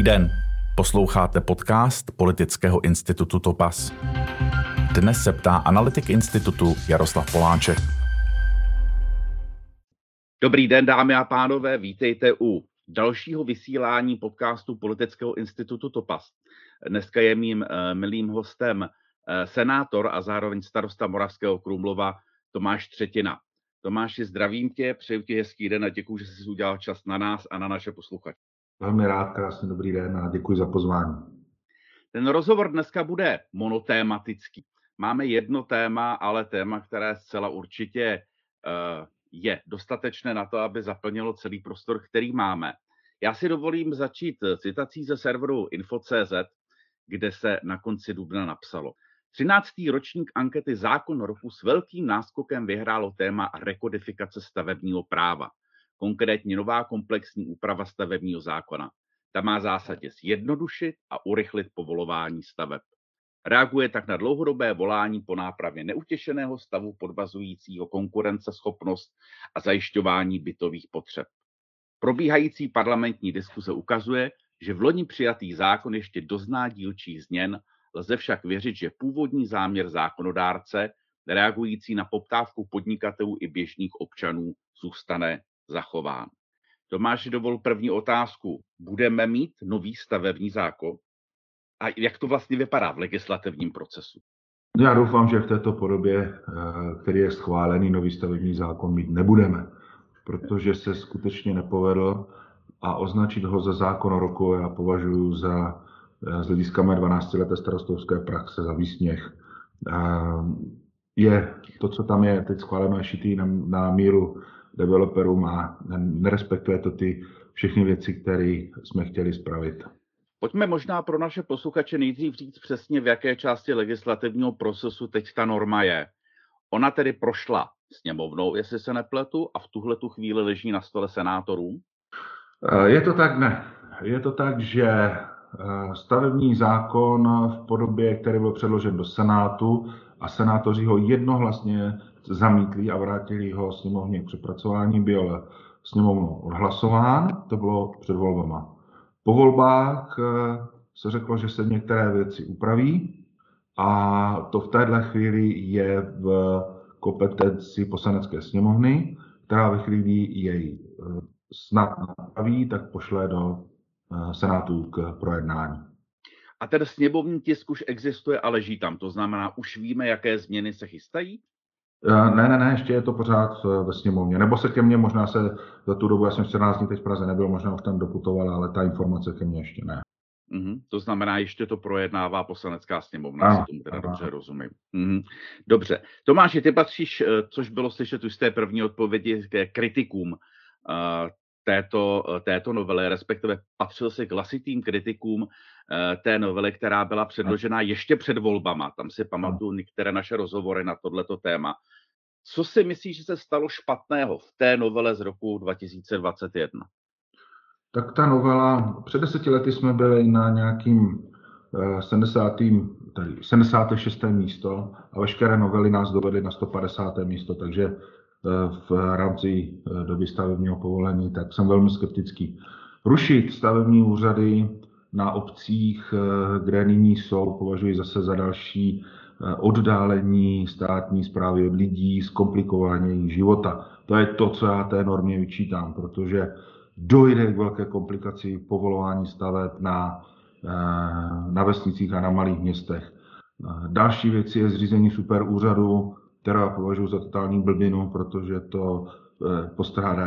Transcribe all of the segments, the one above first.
Dobrý den, posloucháte podcast Politického institutu Topaz. Dnes se ptá analytik institutu Jaroslav Poláček. Dobrý den, dámy a pánové, vítejte u dalšího vysílání podcastu Politického institutu Topaz. Dneska je mým milým hostem senátor a zároveň starosta Moravského Krumlova Tomáš Třetina. Tomáši, zdravím tě, přeju ti hezký den a děkuji, že jsi udělal čas na nás a na naše posluchače. Velmi rád, krásný dobrý den a děkuji za pozvání. Ten rozhovor dneska bude monotématický. Máme jedno téma, ale téma, které zcela určitě je dostatečné na to, aby zaplnilo celý prostor, který máme. Já si dovolím začít citací ze serveru Info.cz, kde se na konci dubna napsalo: 13. ročník ankety Zákon roku s velkým náskokem vyhrálo téma rekodifikace stavebního práva, konkrétně nová komplexní úprava stavebního zákona. Ta má v zásadě zjednodušit a urychlit povolování staveb. Reaguje tak na dlouhodobé volání po nápravě neutěšeného stavu podvazujícího konkurenceschopnost a zajišťování bytových potřeb. Probíhající parlamentní diskuse ukazuje, že v loni přijatý zákon ještě dozná dílčích změn, lze však věřit, že původní záměr zákonodárce, reagující na poptávku podnikatelů i běžných občanů, zůstane zachován. Tomáši, dovol první otázku. Budeme mít nový stavební zákon? A jak to vlastně vypadá v legislativním procesu? Já doufám, že v této podobě, který je schválený nový stavební zákon, mít nebudeme, protože se skutečně nepovedl a označit ho za zákon roku já považuji z hlediska mé 12leté starostovské praxe za výsměch. Je to, co tam je teď schváleno, je šitý na míru developerům a nerespektuje to ty všechny věci, které jsme chtěli spravit. Pojďme možná pro naše posluchače nejdřív říct přesně, v jaké části legislativního procesu teď ta norma je. Ona tedy prošla sněmovnou, jestli se nepletu, a v tuhletu chvíli leží na stole senátorů? Je to tak, ne. Je to tak, že stavební zákon v podobě, který byl předložen do Senátu a senátoři ho jednohlasně zamítli a vrátili ho sněmovně k přepracování, byl sněmovnou odhlasován, to bylo před volbama. Po volbách se řeklo, že se některé věci upraví a to v téhle chvíli je v kompetenci poslanecké sněmovny, která ve chvíli jej snad napraví, tak pošle do Senátu k projednání. A ten sněmovní tisk už existuje a leží tam, to znamená, už víme, jaké změny se chystají? Ne, ještě je to pořád ve sněmovně. Nebo se ke mně, možná se za tu dobu, já jsem 14 dní teď v Praze nebyl, možná už tam doputoval, ale ta informace ke mně ještě ne. To znamená, ještě to projednává poslanecká sněmovna, si tomu teda dobře rozumím. Dobře. Tomáši, ty patříš, což bylo slyšet už z té první odpovědi, ke kritikům této novely, respektive patřil si k hlasitým kritikům té novely, která byla předložena ještě před volbama. Tam si pamatuju některé naše rozhovory na tohleto téma. Co si myslíš, že se stalo špatného v té novele z roku 2021? Tak ta novela, před 10 lety jsme byli na nějakým 76. místo a veškeré novely nás dovedly na 150. místo, takže v rámci doby stavebního povolení, tak jsem velmi skeptický. Rušit stavební úřady na obcích, kde nyní jsou, považuji zase za další oddálení státní správy od lidí, zkomplikování jejich života. To je to, co já té normě vyčítám, protože dojde k velké komplikaci povolování staveb na vesnicích a na malých městech. Další věc je zřízení superúřadu, která považuji za totální blbinu, protože to postrádá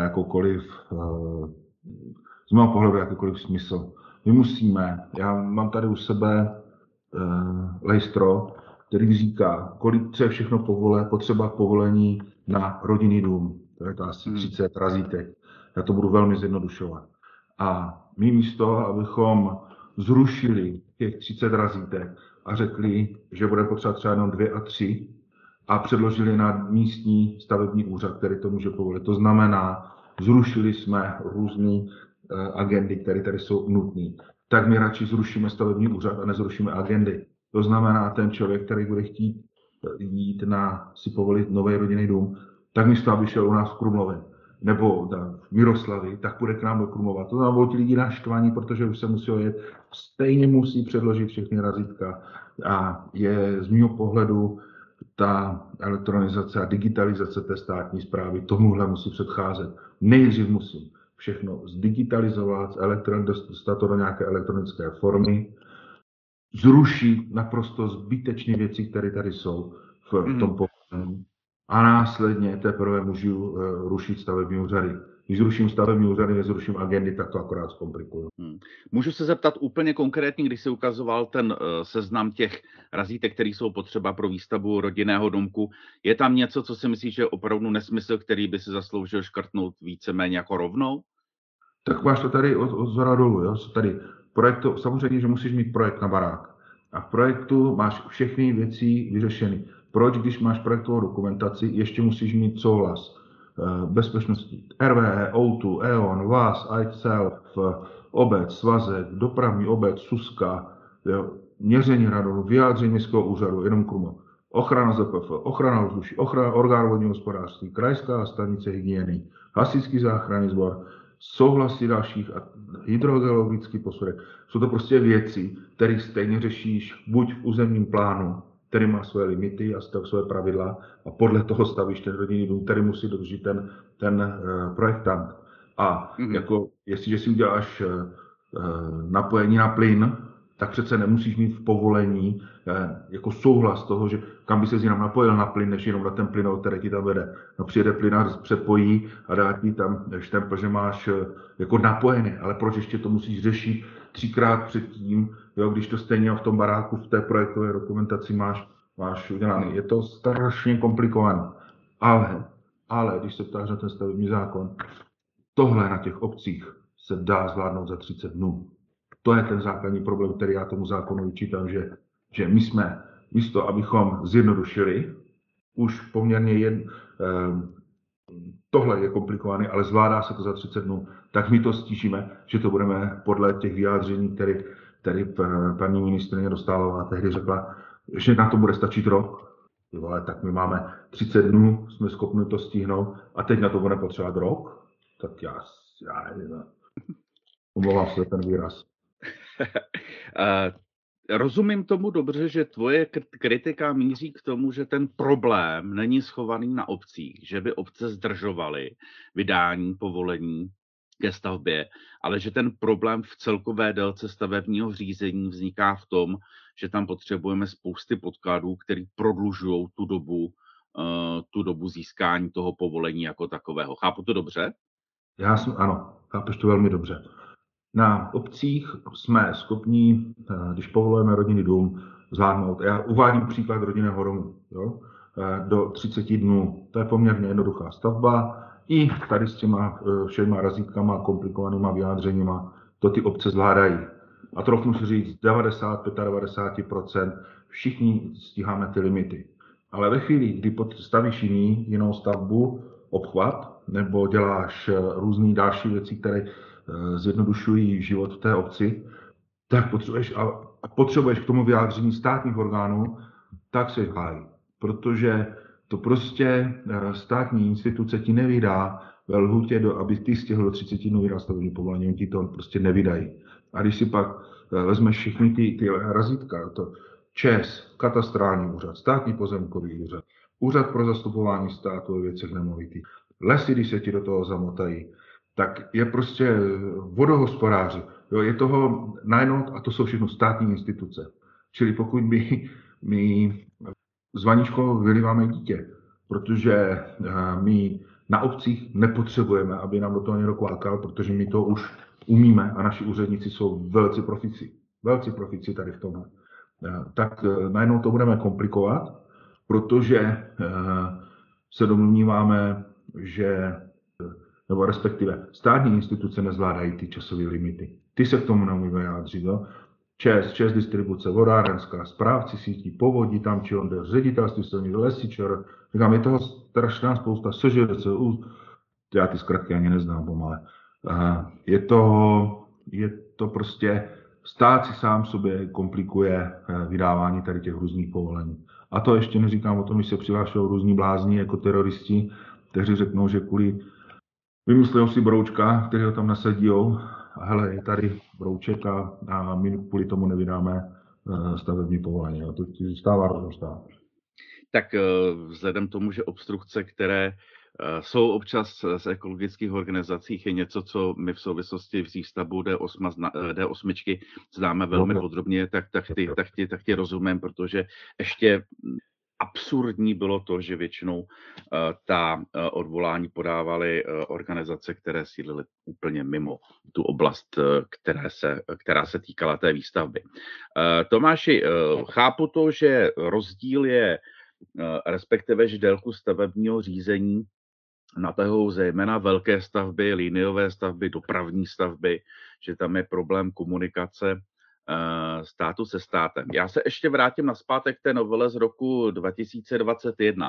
z mého pohledu jakýkoliv smysl. My musíme, já mám tady u sebe lejstro, který říká, co je všechno potřeba povolení na rodinný dům. To je to asi 30 razítek. Já to budu velmi zjednodušovat. A my místo, abychom zrušili těch 30 razítek a řekli, že bude potřeba třeba jenom 2 a 3 a předložili na místní stavební úřad, který to může povolit. To znamená, zrušili jsme různé agendy, které tady jsou nutné. Tak my radši zrušíme stavební úřad a nezrušíme agendy. To znamená, ten člověk, který bude chtít jít si povolit nový rodinný dům, tak místo, aby šel u nás v Krumlově nebo v Miroslavy, tak půjde k nám do Krumlova. To znamená, ti lidi naštvaní, protože už se musí jet, stejně musí předložit všechny razítka a je z mého pohledu ta elektronizace a digitalizace té státní správy tomuhle musí předcházet. Nejdřív musím všechno zdigitalizovat, dostat to do nějaké elektronické formy, zrušit naprosto zbytečné věci, které tady jsou v tom povolení a následně teprve můžu rušit stavební úřady. Když zruším stavební úřady, nezruším agendy, tak to akorát zkomplikuju. Můžu se zeptat úplně konkrétně, když jsi ukazoval ten seznam těch razítek, které jsou potřeba pro výstavbu rodinného domku, je tam něco, co si myslíš, že je opravdu nesmysl, který by si zasloužil škrtnout víceméně jako rovnou? Tak máš to tady od zhora dolů. Jo? Tady projektu, samozřejmě, že musíš mít projekt na barák. A v projektu máš všechny věci vyřešeny. Proč, když máš projektovou dokumentaci, ještě musíš mít souhlas bezpečnosti RVE, O2, E.ON, VAS, ICELF, obec, svazek, dopravní obec, SUSKA, jo, měření radonu, vyjádření městského úřadu, jenom Krumlov, ochrana ZPF, ochrana ovzduší, ochrana orgán vodního hospodářství, krajská stanice hygieny, hasičský záchranný sbor, souhlasy dalších a hydrogeologický posudek. Jsou to prostě věci, které stejně řešíš buď v územním plánu, který má své limity a své pravidla a podle toho stavíš ten rodinný dům, který musí dodržet ten projektant. A jako, jestliže si uděláš napojení na plyn, tak přece nemusíš mít v povolení jako souhlas toho, že kam by se jinam napojil na plyn, než jenom na ten plynovod, který ti tam vede. No přijede plynář, přepojí a dá ti tam štempel, že máš jako napojený, ale proč ještě to musíš řešit 3krát předtím, jo, když to stejně v tom baráku v té projektové dokumentaci máš udělané. Je to strašně komplikované. Ale když se ptáš na ten stavební zákon, tohle na těch obcích se dá zvládnout za 30 dnů. To je ten základní problém, který já tomu zákonu vyčítám, že my jsme místo, abychom zjednodušili, už poměrně tohle je komplikované, ale zvládá se to za 30 dnů, tak my to stížíme, že to budeme podle těch vyjádření, které paní ministryně Dostálová tehdy řekla, že na to bude stačit rok. Ale tak my máme 30 dnů, jsme schopni to stihnout a teď na to bude potřebovat rok. Tak já nevím. Omlouvám se ten výraz. Rozumím tomu dobře, že tvoje kritika míří k tomu, že ten problém není schovaný na obcích, že by obce zdržovaly vydání povolení ke stavbě, ale že ten problém v celkové délce stavebního řízení vzniká v tom, že tam potřebujeme spousty podkladů, které prodlužují tu dobu získání toho povolení jako takového. Chápu to dobře? Ano, chápeš to velmi dobře. Na obcích jsme schopni, když povolujeme rodinný dům, zvládnout. Já uvádím příklad rodinného domu. Jo? Do 30 dnů. To je poměrně jednoduchá stavba. I tady s těma všema razítkama, komplikovanýma vyjádřeníma, to ty obce zvládají. A trochu si říct, 90-95% všichni stíháme ty limity. Ale ve chvíli, kdy stavíš jinou stavbu, obchvat, nebo děláš různé další věci, které zjednodušují život v té obci, tak potřebuješ k tomu vyjádření státních orgánů, tak se hájí. Protože to prostě státní instituce ti nevydá ve lhůtě, aby ty stihl do 30 dnů vydat stavební povolení, oni ti to prostě nevydají. A když si pak vezmeš všechny ty razítka, to ČES, katastrální úřad, státní pozemkový úřad, úřad pro zastupování státu ve věcech nemovitých, lesy, když se ti do toho zamotají, tak je prostě vodohospodáři. Jo, je toho najednou, a to jsou všechno státní instituce. Čili pokud my s vaničkou vyliváme dítě, protože my na obcích nepotřebujeme, aby nám do toho někdo kvákal, protože my to už umíme a naši úředníci jsou velcí profici tady v tomhle. Tak najednou to budeme komplikovat, protože se domníváme, že nebo respektive státní instituce nezvládají ty časové limity. Ty se k tomu neumí vyjádřit. Jo? ČES distribuce, vodárenská, správci sítí, povodí tam či onde, ředitelství silnic, lesy, říkám, je toho strašná spousta, SŽDC, já ty zkratky ani neznám pomale. Je to prostě, stát si sám sobě komplikuje vydávání tady těch různých povolení. A to ještě neříkám o tom, že se přihlašují různí blázni jako teroristi, kteří řeknou, že kvůli vymyslel si broučka, který ho tam nasadijou. Hele, je tady brouček a my kvůli tomu nevydáme stavební povolení. A to ti zůstává rozhodnostá. Tak vzhledem tomu, že obstrukce, které jsou občas z ekologických organizacích, je něco, co my v souvislosti v výstavbu D8 známe velmi podrobně, tak ti rozumím, protože ještě absurdní bylo to, že většinou ta odvolání podávaly organizace, které sídlily úplně mimo tu oblast, která se týkala té výstavby. Tomáši, chápu to, že rozdíl je, respektive, že délku stavebního řízení natahují zejména velké stavby, liniové stavby, dopravní stavby, že tam je problém komunikace státu se státem. Já se ještě vrátím nazpátek k té novele z roku 2021.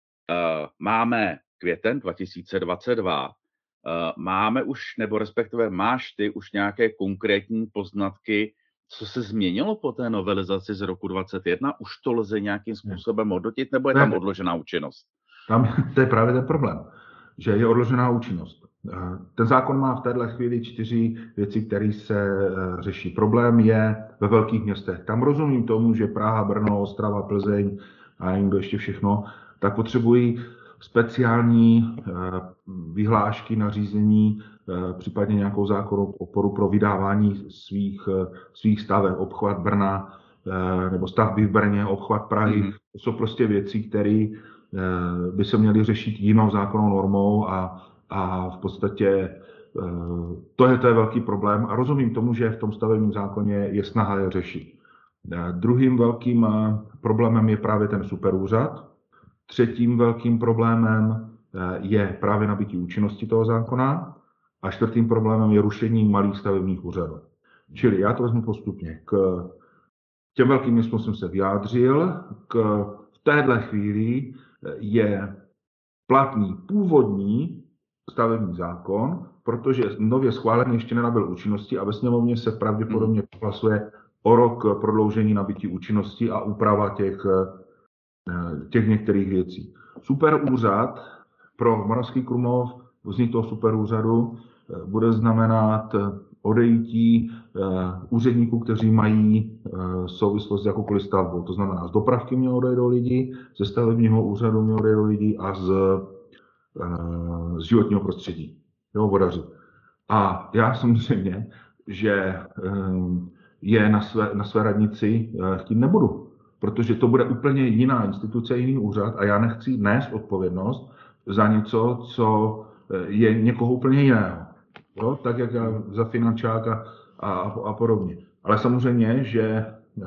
Máme květen 2022. Máme už, nebo respektive máš ty už nějaké konkrétní poznatky, co se změnilo po té novelizaci z roku 2021? Už to lze nějakým způsobem hodnotit, nebo je tam odložená účinnost? To je právě ten problém, že je odložená účinnost. Ten zákon má v této chvíli 4 věci, které se řeší. Problém je ve velkých městech. Tam rozumím tomu, že Praha, Brno, Ostrava, Plzeň a nevím, kdo ještě všechno, tak potřebují speciální vyhlášky, nařízení, případně nějakou zákonnou oporu pro vydávání svých staveb, obchvat Brna nebo stavby v Brně, obchvat Prahy. To jsou prostě věci, které by se měly řešit jinou zákonnou normou a v podstatě to je velký problém a rozumím tomu, že v tom stavebním zákoně je snaha je řešit. Druhým velkým problémem je právě ten superúřad. Třetím velkým problémem je právě nabytí účinnosti toho zákona a čtvrtým problémem je rušení malých stavebních úřadů. Čili já to vezmu postupně. K těm velkým městům jsem se vyjádřil. V téhle chvíli je platný původní stavební zákon, protože nově schválený ještě nenabyl účinnosti a ve sněmovně se pravděpodobně hlasuje o rok prodloužení nabytí účinnosti a úprava těch některých věcí. Superúřad pro Moravský Krumlov, vznik toho superúřadu bude znamenat odejítí úředníků, kteří mají souvislost s jakoukoliv stavbou. To znamená, z dopravky mě odejdou lidi, ze stavebního úřadu mě odejdou lidi a z životního prostředí, vodaři. A já samozřejmě, že je na své radnici chtít nebudu, protože to bude úplně jiná instituce, jiný úřad a já nechci nést odpovědnost za něco, co je někoho úplně jiného. Jo? Tak jak za finančák a podobně. Ale samozřejmě, že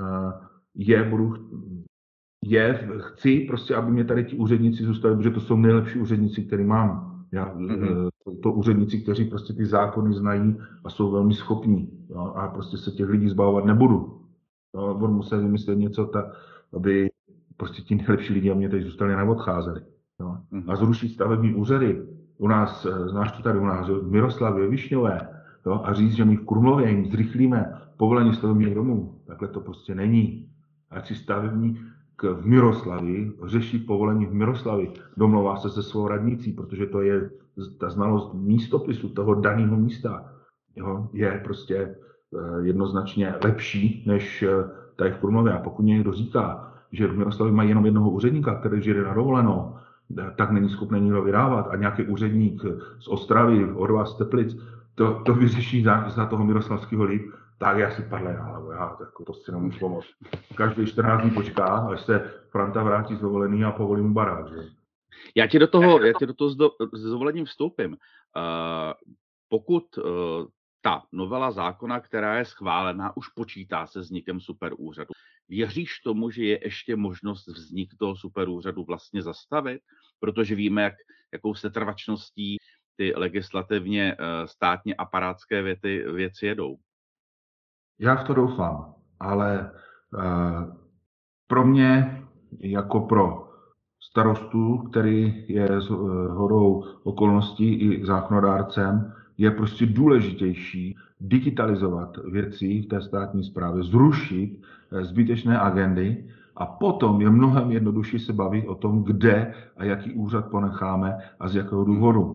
chci prostě, aby mě tady ti úředníci zůstali, protože to jsou nejlepší úředníci, který mám. To úředníci, kteří prostě ty zákony znají a jsou velmi schopní. Jo? A prostě se těch lidí zbavovat nebudu. Jo? Budu muset vymyslet něco, aby prostě ti nejlepší lidi a mě tady zůstali a neodcházeli. Jo? A zrušit stavební úřady. U nás, znáš to tady u nás, v Miroslavě, Višňové, jo? A říct, že my v Krumlově jim zrychlíme povolení stavebních domů. Takhle to prostě není. Ať si stavebník v Miroslavi řeší povolení v Miroslavi, domlouvá se se svou radnicí, protože to je ta znalost místopisu toho daného místa. Jo? Je prostě jednoznačně lepší než tady v Krumlově. A pokud někdo říká, že v Miroslavi mají jenom jednoho úředníka, který žije na dovolenou, tak není schopný nikdo vydávat a nějaký úředník z Ostravy, od vás z Teplic, to vyřeší za toho miroslavského líp, tak já si padle na hlavu, to si nemůžu pomoct. Každý 14 dní počká, až se Franta vrátí z dovolený a povolí mu barák. Že? Já ti do toho s dovolením vstoupím. Pokud ta novela zákona, která je schválená, už počítá se vznikem superúřadu, věříš tomu, že je ještě možnost vznik toho superúřadu vlastně zastavit? Protože víme, jakou setrvačností ty legislativně státně aparátské věci jedou. Já v to doufám, ale pro mě, jako pro starostu, který je shodou okolností i zákonodárcem, je prostě důležitější digitalizovat věci v té státní správě, zrušit zbytečné agendy a potom je mnohem jednodušší se bavit o tom, kde a jaký úřad ponecháme a z jakého důvodu.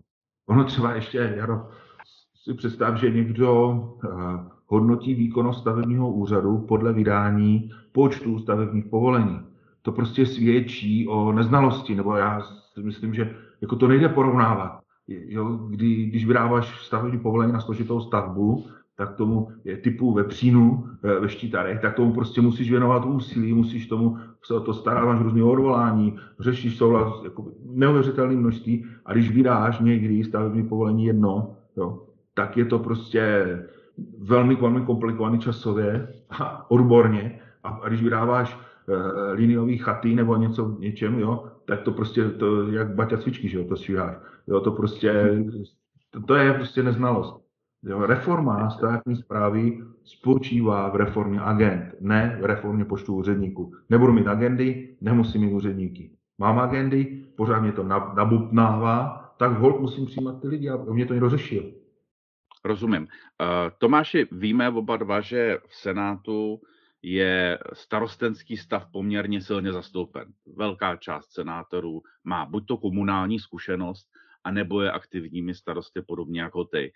Ono třeba ještě, Jaro, si představ, že někdo hodnotí výkonnost stavebního úřadu podle vydání počtu stavebních povolení. To prostě svědčí o neznalosti, nebo já si myslím, že jako to nejde porovnávat. Jo, když vydáváš stavební povolení na složitou stavbu, tak tomu je typu vepřínu ve Štítarech, tak tomu prostě musíš věnovat úsilí, musíš tomu se o to starat, máš různé odvolání, řešíš souhlas jako neuvěřitelné množství a když vydáš někdy stavební povolení jedno, jo, tak je to prostě velmi komplikovaný časově a odborně a když vydáváš liniový chaty nebo něčem, jo, tak to prostě to jak baťa cvičky, že jo, to švíháš. Jo, to prostě, to je prostě neznalost. Jo, reforma státní správy spočívá v reformě agent, ne v reformě počtu úředníků. Nebudu mít agendy, nemusím mít úředníky. Mám agendy, pořád mě to nabupnává, tak holt musím přijímat ty lidi a mě to někdo řešil. Rozumím. Tomáši, víme oba dva, že v Senátu je starostenský stav poměrně silně zastoupen. Velká část senátorů má buď to komunální zkušenost, anebo je aktivními starosty podobně jako ty.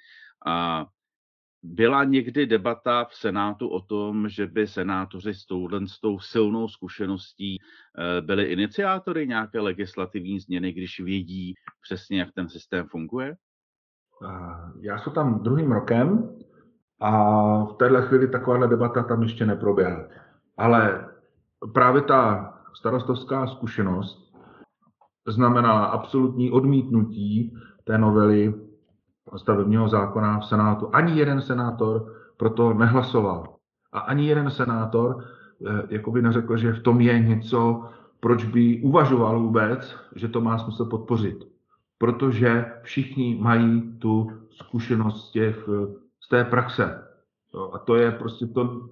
Byla někdy debata v Senátu o tom, že by senátoři s tou silnou zkušeností byli iniciátory nějaké legislativní změny, když vědí přesně, jak ten systém funguje? Já jsem tam druhým rokem a v téhle chvíli takováhle debata tam ještě neproběhla. Ale právě ta starostovská zkušenost znamenala absolutní odmítnutí té novely stavebního zákona v Senátu. Ani jeden senátor proto nehlasoval. A ani jeden senátor jakoby neřekl, že v tom je něco, proč by uvažoval vůbec, že to má smysl podpořit. Protože všichni mají tu zkušenost z té praxe. A to je prostě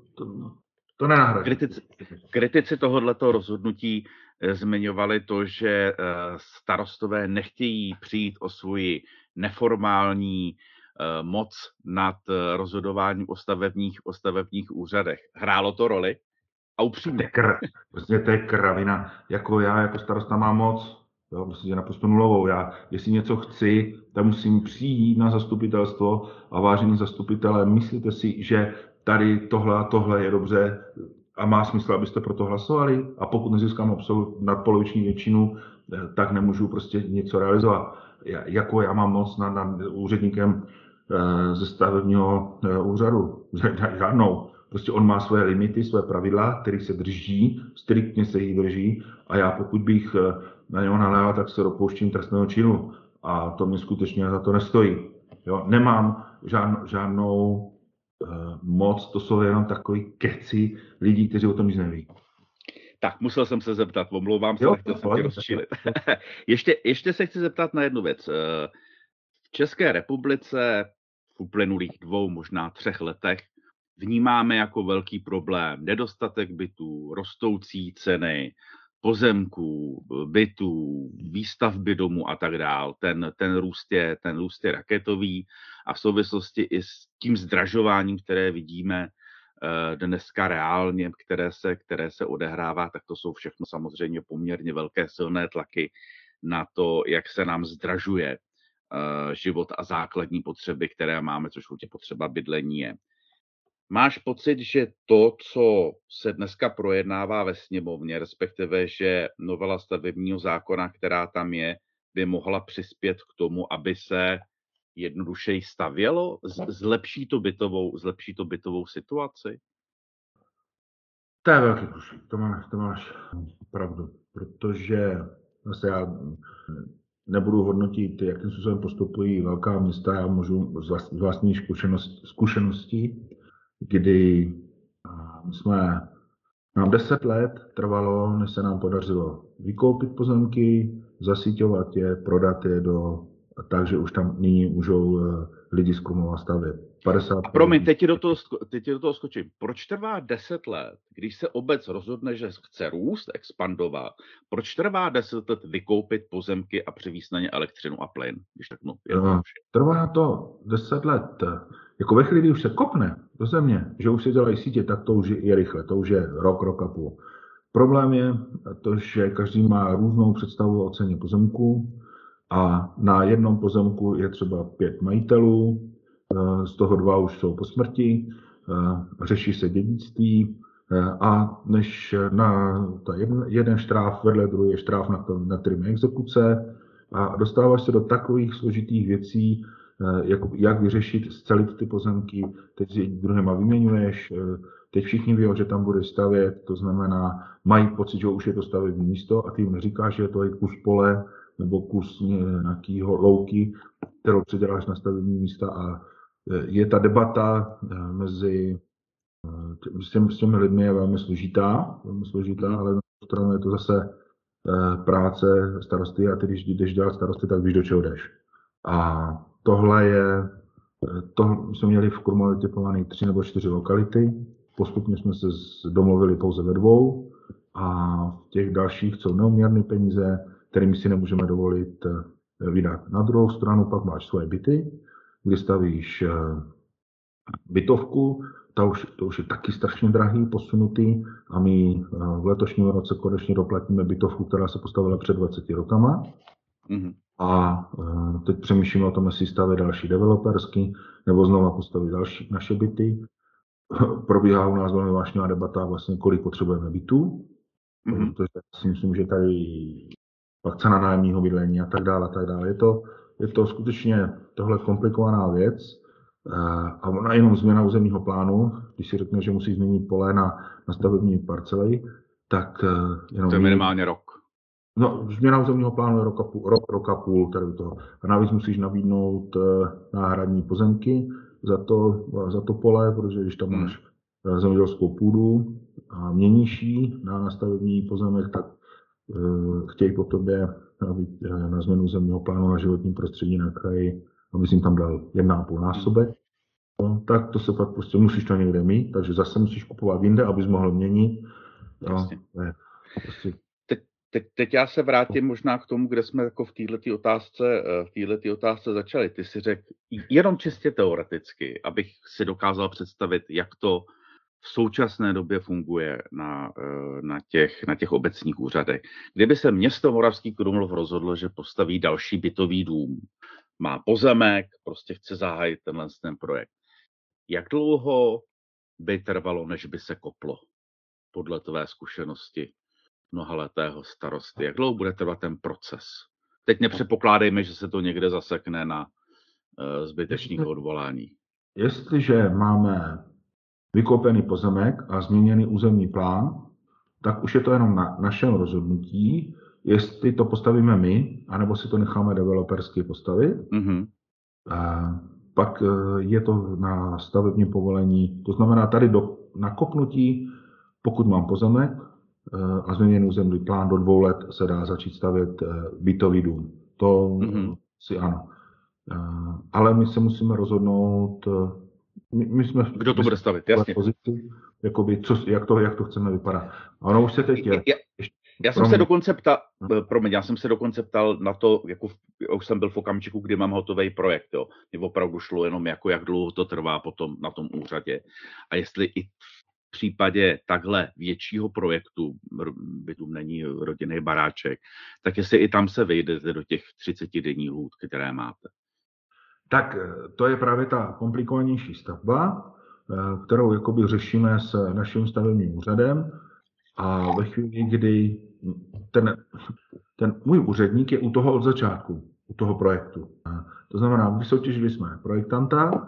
to nenahradí. Kritici tohoto rozhodnutí zmiňovali to, že starostové nechtějí přijít o svoji neformální moc nad rozhodováním o stavebních úřadech. Hrálo to roli? A upřímně. Prostě to je kravina. Jako já, jako starosta mám moc, jo, myslím, že naprosto nulovou. Já, jestli něco chci, tak musím přijít na zastupitelstvo a vážení zastupitelé, myslíte si, že tady tohle je dobře a má smysl, abyste pro to hlasovali? A pokud nezískám nadpoloviční většinu, tak nemůžu prostě něco realizovat. Já mám moc nad úředníkem ze stavebního úřadu. Žádnou. Prostě on má svoje limity, své pravidla, kterých se drží, striktně se jich drží a já pokud bych na něho naléval, tak se dopouštím trestného činu a to mě skutečně za to nestojí. Jo? Nemám žádnou moc, to jsou jenom takový keci lidí, kteří o tom nic neví. Tak, musel jsem se zeptat, omlouvám se, nechtěl jsem tě rozčilit. ještě se chci zeptat na jednu věc. V České republice v uplynulých 2, možná 3 letech vnímáme jako velký problém nedostatek bytů, rostoucí ceny pozemků, bytů, výstavby domů a tak dál. Ten růst je raketový a v souvislosti i s tím zdražováním, které vidíme dneska reálně, které se odehrává, tak to jsou všechno samozřejmě poměrně velké silné tlaky na to, jak se nám zdražuje život a základní potřeby, které máme, což určitě potřeba bydlení je. Máš pocit, že to, co se dneska projednává ve sněmovně, respektive, že novela stavebního zákona, která tam je, by mohla přispět k tomu, aby se jednodušeji stavělo? Zlepší to bytovou situaci? To je velký průšvih, to máš pravdu, protože zase já nebudu hodnotit, jakým způsobem postupují velká města, já můžu z vlastní zkušenosti, kdy nám 10 let trvalo, než se nám podařilo vykoupit pozemky, zasíťovat je, prodat je takže už tam nyní můžou lidi z Krumlova stavět. 50. A promiň, teď ti do toho skočím. Proč trvá 10 let, když se obec rozhodne, že chce růst, expandovat, proč trvá 10 let vykoupit pozemky a převízt na ně elektřinu a plyn? Když řeknu, trvá to 10 let. Jako ve chvíli, kdy už se kopne do země, že už se dělají sítě, tak to už je rychle, to už je rok a půl. Problém je to, že každý má různou představu o ceně pozemku a na jednom pozemku je třeba 5 majitelů, z toho 2 už jsou po smrti, řeší se dědictví a než jeden štráf vedle druhý je štráf na kterým je exekuce a dostáváš se do takových složitých věcí, jak vyřešit, scelit ty pozemky, teď s jedním druhým vyměňuješ, teď všichni ví, že tam bude stavět, to znamená, mají pocit, že už je to stavební místo a ty jim neříkáš, že je to kus pole nebo kus nějakého louky, kterou přiděláš na stavební místa a je ta debata mezi s těmi lidmi je velmi složitá, ale na druhou stranu je to zase práce starosty a ty, když jdeš dělat starosty, tak víš, do čeho jdeš. A to jsme měli v Krumlově typovaný 3 nebo 4 lokality, postupně jsme se domluvili pouze ve 2 a v těch dalších jsou neúměrné peníze, kterými si nemůžeme dovolit vydat. Na druhou stranu pak máš svoje byty, kdy stavíš bytovku, to už je taky strašně drahý, posunutý a my v letošním roce konečně doplatíme bytovku, která se postavila před 20 rokama. Mm-hmm. A teď přemýšlíme o tom, jestli staví další developersky, nebo znova postavit další naše byty. Probíhá u nás velmi vážná debata, vlastně kolik potřebujeme bytů. Mm-hmm. Protože si myslím, že tady pak cena nájemního bydlení a tak dále. Je to skutečně tohle komplikovaná věc. A ona jenom změna územního plánu, když si řekne, že musí změnit pole na stavební parcely, tak jenom... To je minimálně rok. No, změna územního plánu je rok a půl tady toho. A navíc musíš nabídnout náhradní pozemky za to pole, protože když tam máš zemědělskou půdu a měníš ji na stavební pozemek, tak chtějí po tobě na změnu územního plánu na životním prostředí na kraji, aby jsi jim tam dal 1,5 násobek. No, tak to se pak prostě musíš to někde mít, takže zase musíš kupovat jinde, abys mohl měnit. No, Teď já se vrátím možná k tomu, kde jsme jako v této otázce začali. Ty si řekl, jenom čistě teoreticky, abych si dokázal představit, jak to v současné době funguje na těch obecních úřadech. Kdyby se město Moravský Krumlov rozhodlo, že postaví další bytový dům, má pozemek, prostě chce zahájit ten projekt. Jak dlouho by trvalo, než by se koplo, podle tvé zkušenosti mnohaletého starosty? Jak dlouho bude trvat ten proces? Teď nepředpokládejme, že se to někde zasekne na zbytečných odvolání. Jestliže máme vykopený pozemek a změněný územní plán, tak už je to jenom na našem rozhodnutí, jestli to postavíme my, anebo si to necháme developersky postavit. Mm-hmm. Pak je to na stavebním povolení, to znamená tady do nakopnutí, pokud mám pozemek a změněný územní plán, do 2 let se dá začít stavět bytový dům. To si ano. Ale my se musíme rozhodnout, my jsme kdo to bude stavit, jasně. Pozici, jakoby, jak to chceme vypadat. A ono už se teď je. Já jsem se dokonce ptal na to, jako už jsem byl v okamžiku, kdy mám hotový projekt. Jo. Mně opravdu šlo jenom, jak dlouho to trvá potom na tom úřadě. A jestli i v případě takhle většího projektu, bytu není rodinný baráček, tak jestli i tam se vejdete do těch 30denních lhůt, které máte. Tak to je právě ta komplikovanější stavba, kterou jakoby řešíme s naším stavebním úřadem. A ve chvíli, kdy ten můj úředník je u toho od začátku, u toho projektu. To znamená, vysoutěžili jsme projektanta,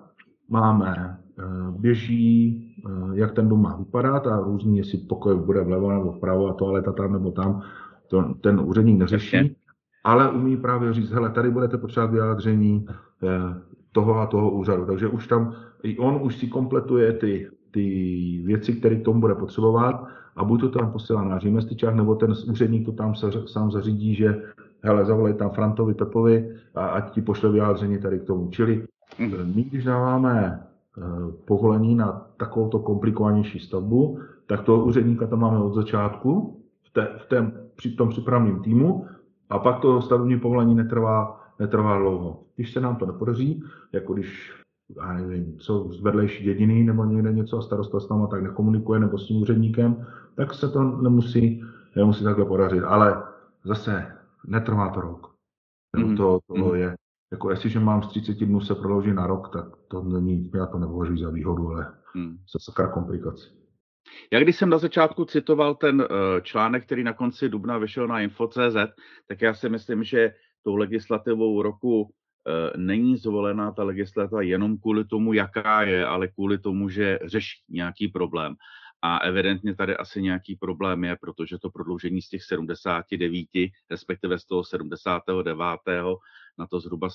běží, jak ten dům má vypadat a různý, jestli pokoj bude vlevo nebo vpravo a toaleta tam nebo tam, ten úředník neřeší, ale umí právě říct, hele, tady budete potřebovat vyjádření toho a toho úřadu. Takže už tam, i on už si kompletuje ty věci, které k tomu bude potřebovat a buď to tam posílá náš investičák, nebo ten úředník to tam sám zařídí, že hele, zavolej tam Frantovi, Pepovi a ať ti pošle vyjádření tady k tomu. Čili my, když dáváme povolení na takovouto komplikovanější stavbu, tak toho úředníka tam máme od začátku při tom přípravném týmu a pak to stavební povolení netrvá dlouho. Když se nám to nepodaří, jako když já nevím, co z vedlejší dědiny nebo někde něco a starosta s náma tak nekomunikuje nebo s tím úředníkem, tak se to nemusí takhle podařit. Ale zase netrvá to rok. To je, jako jestliže mám z 30 dnů se prodloužit na rok, tak to není, já to nepovažuji za výhodu, ale se sakra komplikace. Já když jsem na začátku citoval ten článek, který na konci dubna vyšel na info.cz, tak já si myslím, že tou legislativou roku není zvolená ta legislativa jenom kvůli tomu, jaká je, ale kvůli tomu, že řeší nějaký problém. A evidentně tady asi nějaký problém je, protože to prodloužení z těch 79, respektive z toho 79. na to zhruba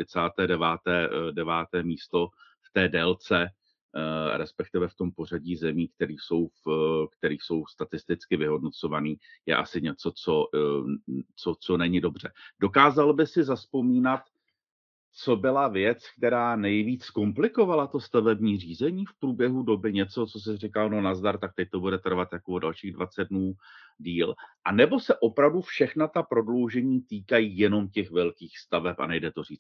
149. místo v té délce, respektive v tom pořadí zemí, který jsou statisticky vyhodnocovaný, je asi něco, co není dobře. Dokázal by si zavzpomínat, co byla věc, která nejvíc komplikovala to stavební řízení v průběhu doby, něco, co se říkal, no nazdar, tak teď to bude trvat jako dalších 20 dnů díl, a nebo se opravdu všechna ta prodloužení týkají jenom těch velkých staveb a nejde to říct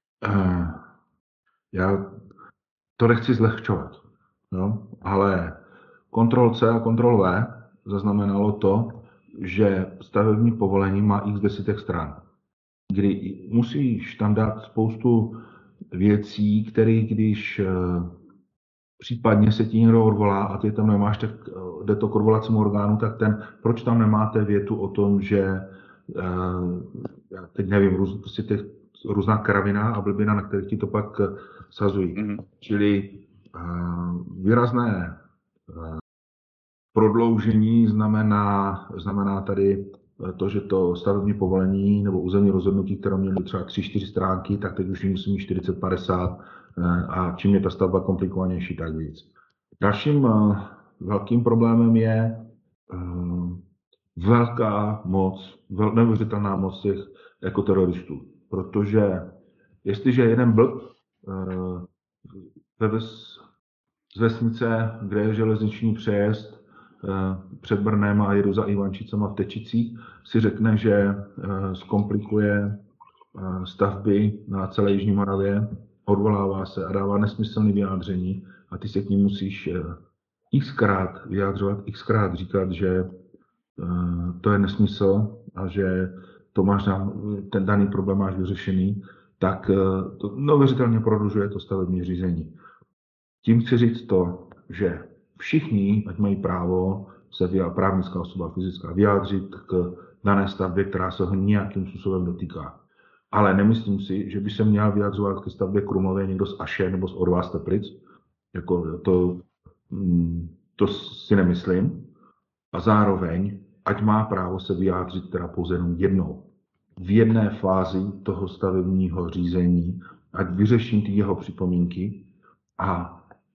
Já to nechci zlehčovat, no, ale Ctrl+C a Ctrl+V zaznamenalo to, že stavební povolení má x desítek stran, kdy musíš tam dát spoustu věcí, které když případně se ti někdo odvolá a ty tam nemáš, tak jde to k odvolacímu orgánu, tak proč tam nemáte větu o tom, že já teď nevím, prostě různá kravina a blbina, na kterých ti to pak sazují. Čili výrazné prodloužení znamená tady to, že to stavební povolení nebo územní rozhodnutí, které mělo třeba 3-4 stránky, tak teď už musí mít 40-50 a čím je ta stavba komplikovanější, tak víc. Dalším velkým problémem je velká moc, neuvěřitelná moc těch ekoteroristů, protože jestliže jeden blb z vesnice, kde je železniční přejezd před Brnem a jedu za Ivančicama v Tečicích, si řekne, že zkomplikuje stavby na celé Jižní Moravě, odvolává se a dává nesmyslné vyjádření a ty se k ní musíš xkrát vyjádřovat, xkrát říkat, že to je nesmysl a že to máš ten daný problém máš vyřešený, tak to neuvěřitelně prodlužuje to stavební řízení. Tím chci říct to, že všichni, ať mají právo se právnická osoba fyzická vyjádřit k dané stavbě, která se ho nějakým způsobem dotýká. Ale nemyslím si, že by se měl vyjadřovat ke stavbě Krumlové někdo z Aše nebo z Orvá Teplic. Jako to si nemyslím. A zároveň, ať má právo se vyjádřit teda pouze jenom jednou. V jedné fázi toho stavebního řízení, ať vyřeším ty jeho připomínky a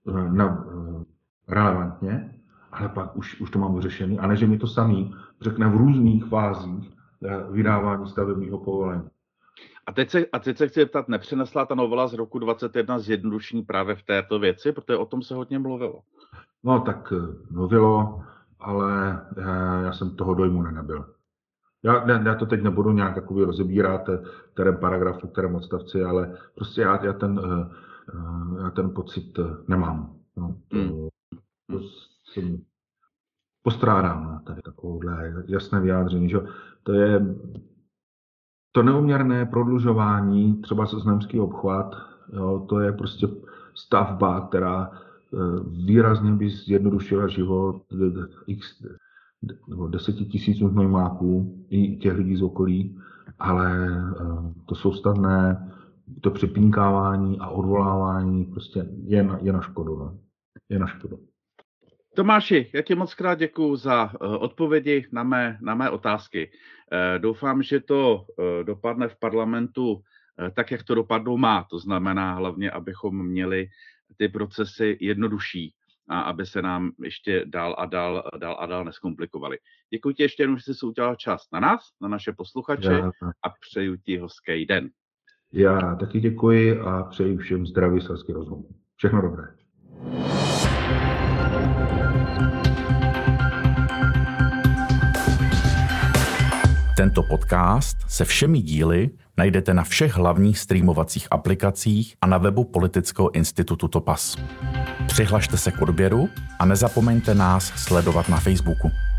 relevantně, ale pak už to mám vyřešený. A ne, že mi to samý řekne v různých fázích vydávání stavebního povolení. A teď se chci zeptat, nepřinesla ta novela z roku 2021 zjednodušení právě v této věci, protože o tom se hodně mluvilo. No tak mluvilo, ale já jsem toho dojmu nenabyl. Já to teď nebudu nějak jakoby rozebírat, kterém paragrafu, kterém odstavci, ale prostě já ten pocit nemám. No, to postrádám tady takovouhle jasné vyjádření, že to je to neúměrné prodlužování, třeba znojemský obchvat, jo, to je prostě stavba, která výrazně by zjednodušila život 10 000 znojmáků i těch lidí z okolí, ale to soustavné, to přepínkávání a odvolávání prostě je na škodu. No. Je na škodu. Tomáši, já ti moc krát děkuju za odpovědi na mé otázky. Doufám, že to dopadne v parlamentu tak, jak to dopadnout má. To znamená hlavně, abychom měli ty procesy jednodušší a aby se nám ještě dál a dál neskomplikovaly. Děkuji ti ještě jednou, že jsi udělal čas na nás, na naše posluchače a přeju ti hezký den. Já taky děkuji a přeji všem zdravý selský rozum. Všechno dobré. Tento podcast se všemi díly najdete na všech hlavních streamovacích aplikacích a na webu Politického institutu Topas. Přihlašte se k odběru a nezapomeňte nás sledovat na Facebooku.